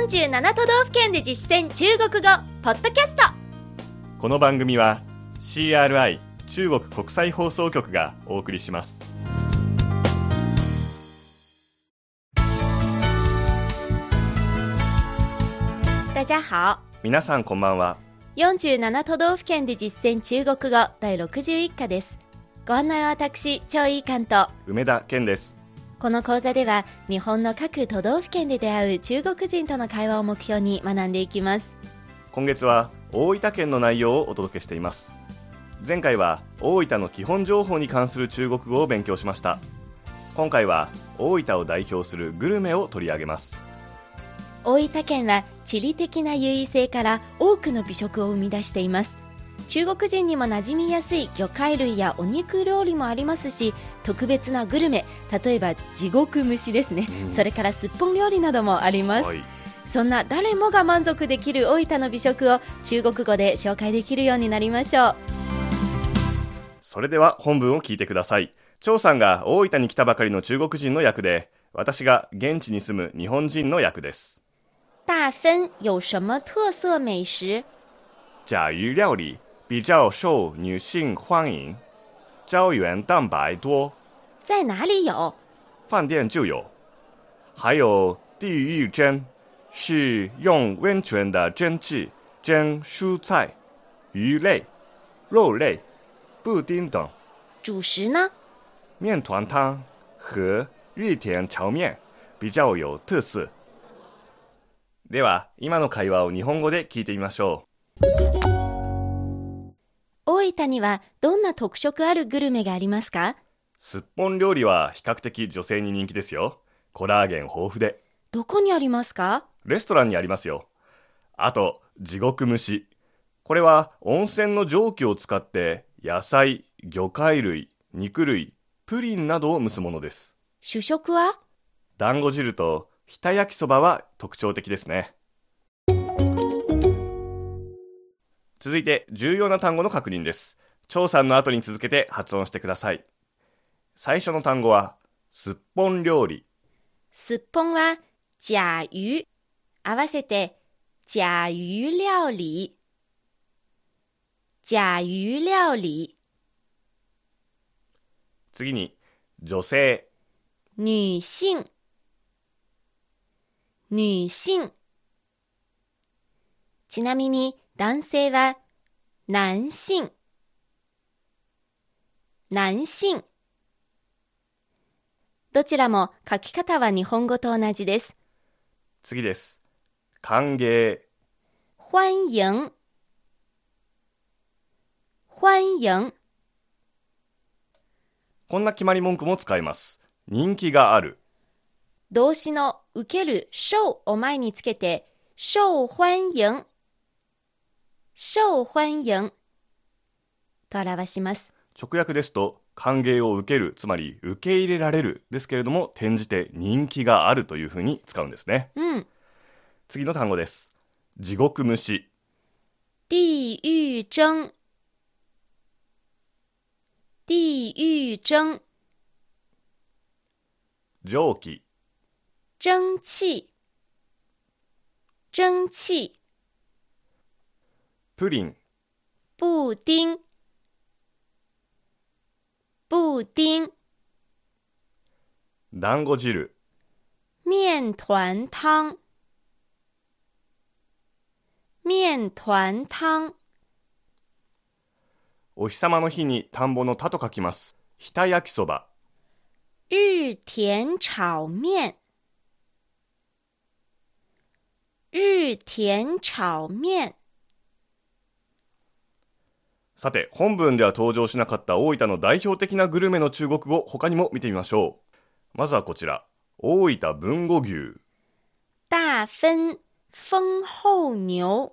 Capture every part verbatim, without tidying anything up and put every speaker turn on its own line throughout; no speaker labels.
よんじゅうなな都道府県で実践中国語ポッドキャスト。
この番組は シーアールアイ 中国国際放送局がお送りします。
大家好。
皆さんこんばんは。
よんじゅうなな都道府県で実践中国語第ろくじゅういっ課です。ご案内は私、張井関と
梅田健です。
この講座では日本の各都道府県で出会う中国人との会話を目標に学んでいきます。
今月は大分県の内容をお届けしています。前回は大分の基本情報に関する中国語を勉強しました。今回は大分を代表するグルメを取り上げます。
大分県は地理的な優位性から多くの美食を生み出しています。中国人にも馴染みやすい魚介類やお肉料理もありますし、特別なグルメ、例えば地獄蒸しですね、うん、それからすっぽん料理などもあります、はい、そんな誰もが満足できる大分の美食を中国語で紹介できるようになりましょう。
それでは本文を聞いてください。張さんが大分に来たばかりの中国人の役で、私が現地に住む日本人の役です。
大分有什么特色美食？
甲鱼料理比较受女性欢迎，胶原蛋白多。
在哪里有？
饭店就有。还有地狱蒸，是用温泉的蒸汽蒸蔬菜、鱼类、肉类、布丁等。
主食呢？
面团汤和玉田炒面比较有特色。では、今の会話を日本語で聞いてみましょ
う。大分にはどんな特色あるグルメがありますか？
すっぽん料理は比較的女性に人気ですよ。コラーゲン豊富で。
どこにありますか？
レストランにありますよ。あと、地獄蒸し。これは温泉の蒸気を使って野菜、魚介類、肉類、プリンなどを蒸すものです。
主食は？
団子汁と日田焼きそばは特徴的ですね。続いて重要な単語の確認です。張さんの後に続けて発音してください。最初の単語はすっぽん料理。
すっぽんは甲魚、合わせて甲魚料理。甲魚料理。
次に女性。
女性。女性。ちなみに男性は男性。男性。どちらも書き方は日本語と同じです。
次です。歓迎。
欢迎。欢迎。
こんな決まり文句も使います。人気がある。
動詞の受ける受を前につけて受欢迎。受欢迎と表します。
直訳ですと歓迎を受ける、つまり受け入れられるですけれども、転じて人気があるというふうに使うんですね。
うん。
次の単語です。地獄蒸し。
地獄蒸。地獄蒸。
蒸気。
蒸汽。蒸汽。
プリン。
布丁。布丁。
団子汁。
面团汤。面团汤。
お日様の日に田んぼの田と書きます。日田焼きそば。
日田炒面。日田炒面。
さて、本文では登場しなかった大分の代表的なグルメの中国語、他にも見てみましょう。まずはこちら。大分豊後牛。
大分豐後牛。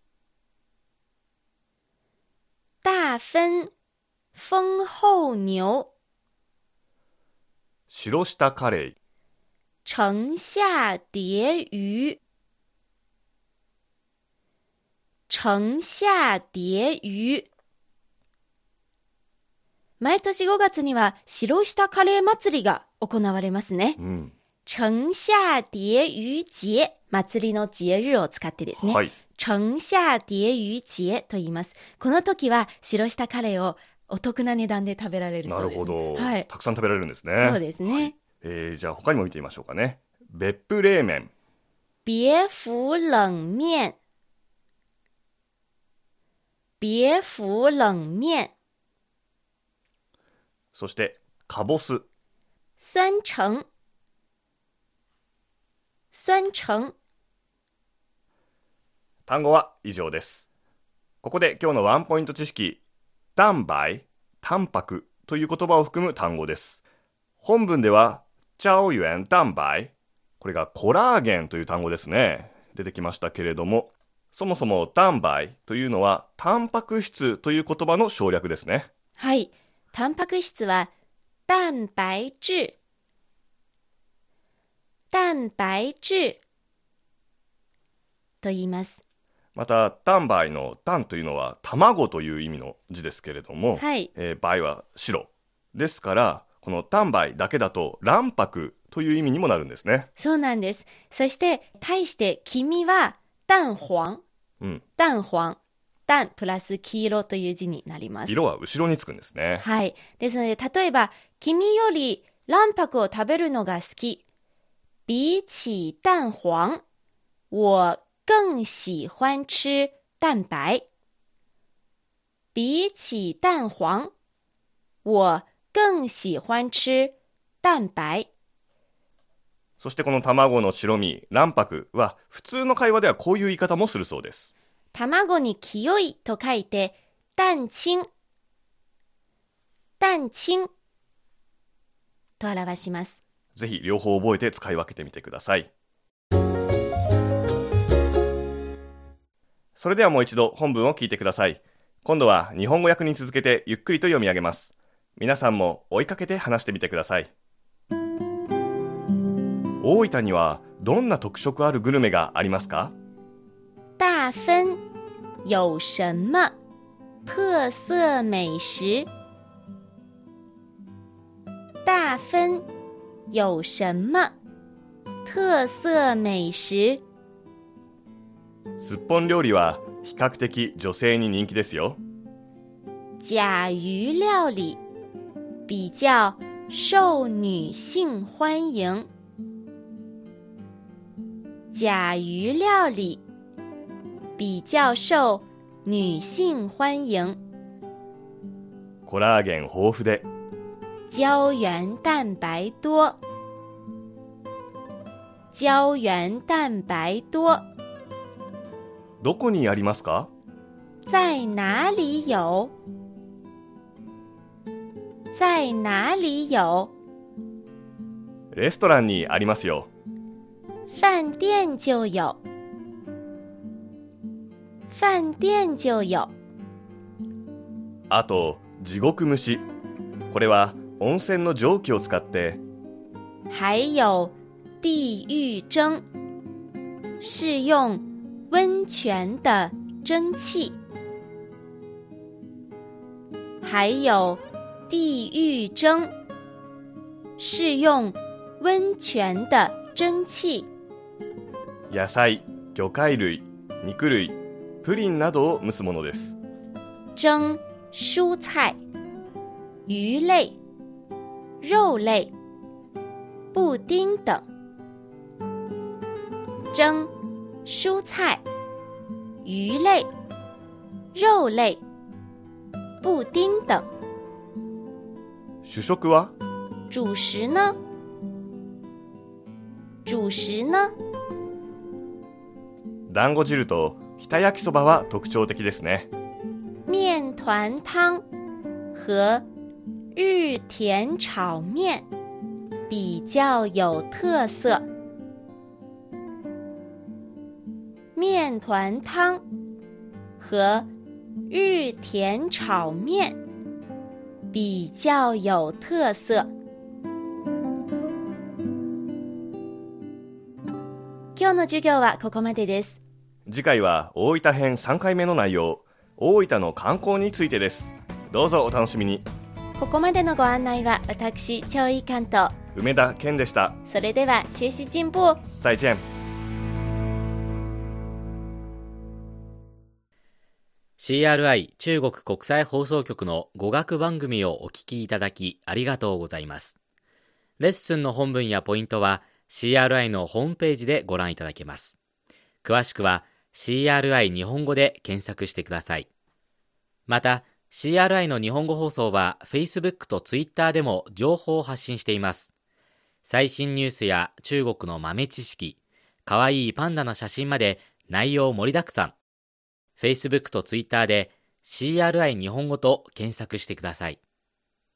大分豐後牛。
白下カレイ。
城下蝶鱼。城下蝶鱼。毎年ごがつには白下カレー祭りが行われますね。
うん、
城下蝶鱼節祭りの節日を使ってですね、
はい、
城下蝶鱼節と言います。この時は白下カレーをお得な値段で食べられるそうです、ね、
なるほど、
はい、
たくさん食べられるんですね。
そうですね、はい、
えー、じゃあ他にも見てみましょうかね。別府冷麺、
別府冷面、別府冷面、
そしてかぼす、
酸橙、酸橙。
単語は以上です。ここで今日のワンポイント知識、蛋白、タンパクという言葉を含む単語です。本文では胶原蛋白、これがコラーゲンという単語ですね、出てきましたけれども、そもそも蛋白というのはタンパク質という言葉の省略ですね。
はい、タンパク質は蛋白質、蛋白質と言います。
また蛋白の蛋というのは卵という意味の字ですけれども、
はい、
えー、白は白ですから、この蛋白だけだと卵白という意味にもなるんですね。
そうなんです。そして対して黄身は蛋黄、うん、蛋黄、蛋プラス黄色という字になります。
色は後ろにつくんですね。
はい、ですので例えば黄身より卵白を食べるのが好き、比起蛋黄我更喜欢吃蛋白。比起蛋黄我更喜欢吃蛋白。
そしてこの卵の白身、卵白は普通の会話ではこういう言い方もするそうです。
卵に清いと書いて蛋清、蛋清と表します。
ぜひ両方覚えて使い分けてみてください。それではもう一度本文を聞いてください。今度は日本語訳に続けてゆっくりと読み上げます。皆さんも追いかけて話してみてください。大分にはどんな特色あるグルメがありますか？
大分有什么特色美食？大分有什么特色美食？
すっぽん料理は比較的女性に人気ですよ。
甲鱼料理比較受女性歡迎。甲魚料理比較受女性歡迎。
コラーゲン豊富で
膠原蛋白多。膠原蛋白多。
どこにありますか？
在哪里有？在哪里有？
レストランにありますよ。
飯店就有。飯店就有。
あと、地獄蒸し。これは温泉の蒸気を使って。
還有地獄蒸。是用温泉的蒸汽。還有地獄蒸。是用温泉的蒸汽。
野菜、魚介類、肉類、プリンなどを蒸すものです。
蒸蔬菜、魚類、肉類、布丁等。蒸蔬菜、魚類、肉類、布丁等。
主食は？
主食呢？主食呢？
団子汁と日田焼きそばは特徴的ですね。
面團湯和日田炒面比較有特色。面團湯和日田炒面比較有特色。今日の授業はここまでです。
次回は大分編さんかいめの内容、大分の観光についてです。どうぞお楽しみに。
ここまでのご案内は私、張井関と
梅田健でした。
それでは学習進步。
再见。
シーアールアイ 中国国際放送局の語学番組をお聞きいただきありがとうございます。レッスンの本文やポイントは シーアールアイ のホームページでご覧いただけます。詳しくは シーアールアイ 日本語で検索してください。また、シーアールアイ の日本語放送は Facebook と Twitter でも情報を発信しています。最新ニュースや中国の豆知識、かわいいパンダの写真まで内容盛りだくさん。Facebook と Twitter で シーアールアイ 日本語と検索してください。